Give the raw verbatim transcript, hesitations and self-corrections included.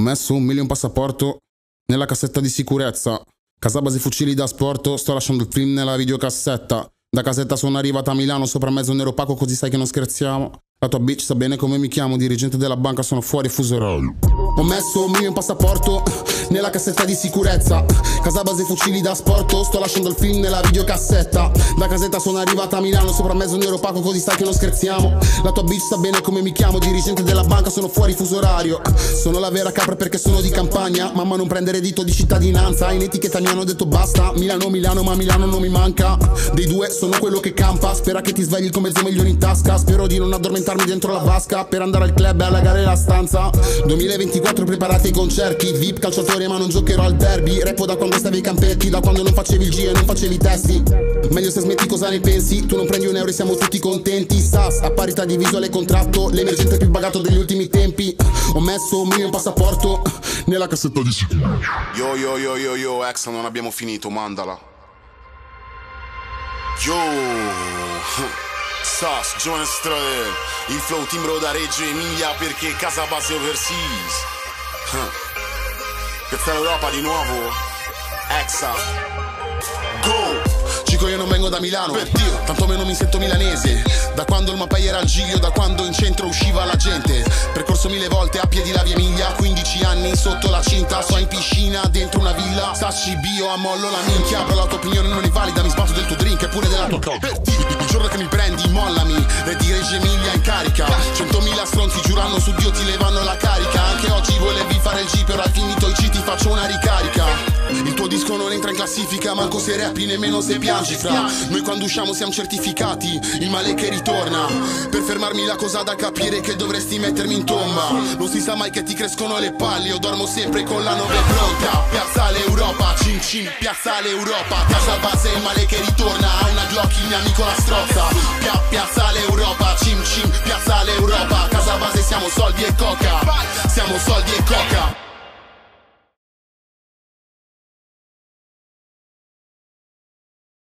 messo un milione passaporto nella cassetta di sicurezza. Casa base fucili da sport, sto lasciando il film nella videocassetta. Da casetta sono arrivata a Milano, sopra mezzo nero opaco, così sai che non scherziamo. La tua bitch sa bene come mi chiamo, dirigente della banca, sono fuori fuso orario. Ho messo un milione passaporto nella cassetta di sicurezza. Casa base fucili da sport, sto lasciando il film nella videocassetta. Da casetta sono arrivata a Milano, sopra mezzo nero opaco, così sai che non scherziamo. La tua bitch sa bene come mi chiamo, dirigente della banca, sono fuori fuso orario. Sono la vera capra perché sono di campagna, mamma non prende reddito di cittadinanza. In etichetta mi hanno detto basta, Milano Milano ma Milano non mi manca. Dei due sono quello che campa, spera che ti svegli come mezzo milione in tasca. Spero di non addormentarmi dentro la vasca per andare al club e allagare la stanza. duemilaventiquattro preparate i concerti, V I P calciatore ma non giocherò al derby. Rappo da quando stavi ai campetti, da quando non facevi il G e non facevi i testi. Meglio se smetti, cosa ne pensi? Tu non prendi un euro e siamo tutti contenti. Sas, a parità di visuale contratto, l'emergente più pagato degli ultimi tempi. Ho messo un milione passaporto nella cassetta di sicurezza. Yo yo yo yo yo, ex, non abbiamo finito, mandala. Yo, Sas, giovane strade, il flow timbro da Reggio Emilia perché casa base overseas. Piazza l'Europa di nuovo, Exa, go! Cico, io non vengo da Milano, per Dio, tanto meno mi sento milanese. Da quando il Mapei era al Giglio, da quando in centro usciva la gente. Percorso mille volte a piedi la via Emilia, quindici anni sotto la cinta. Sto in piscina, dentro una villa, Sasci bio, ammollo la minchia. Però la tua opinione non è valida, mi sbatto del tuo drink e pure della tua coca. Per Dio, il giorno che mi prendi, mollami, e di Reggio Emilia in carica. Centomila stronzi giurano su Dio ti levano la carica. Anche oggi volevi fare il G, però al finito il G ti faccio una ricarica. Il tuo disco non entra in classifica, manco se rappi, nemmeno se piangi, fra. Noi quando usciamo siamo certificati, il male che ritorna. Per fermarmi la cosa da capire è che dovresti mettermi in tomba. Non si sa mai che ti crescono le palle, io dormo sempre con la nove pronta. Piazza l'Europa, cin cin, piazza l'Europa. Casa base il male che ritorna, ha una Glock il mio amico la strozza. Pia, piazza l'Europa, cin cin, piazza l'Europa. Casa base siamo soldi e coca, siamo soldi e coca.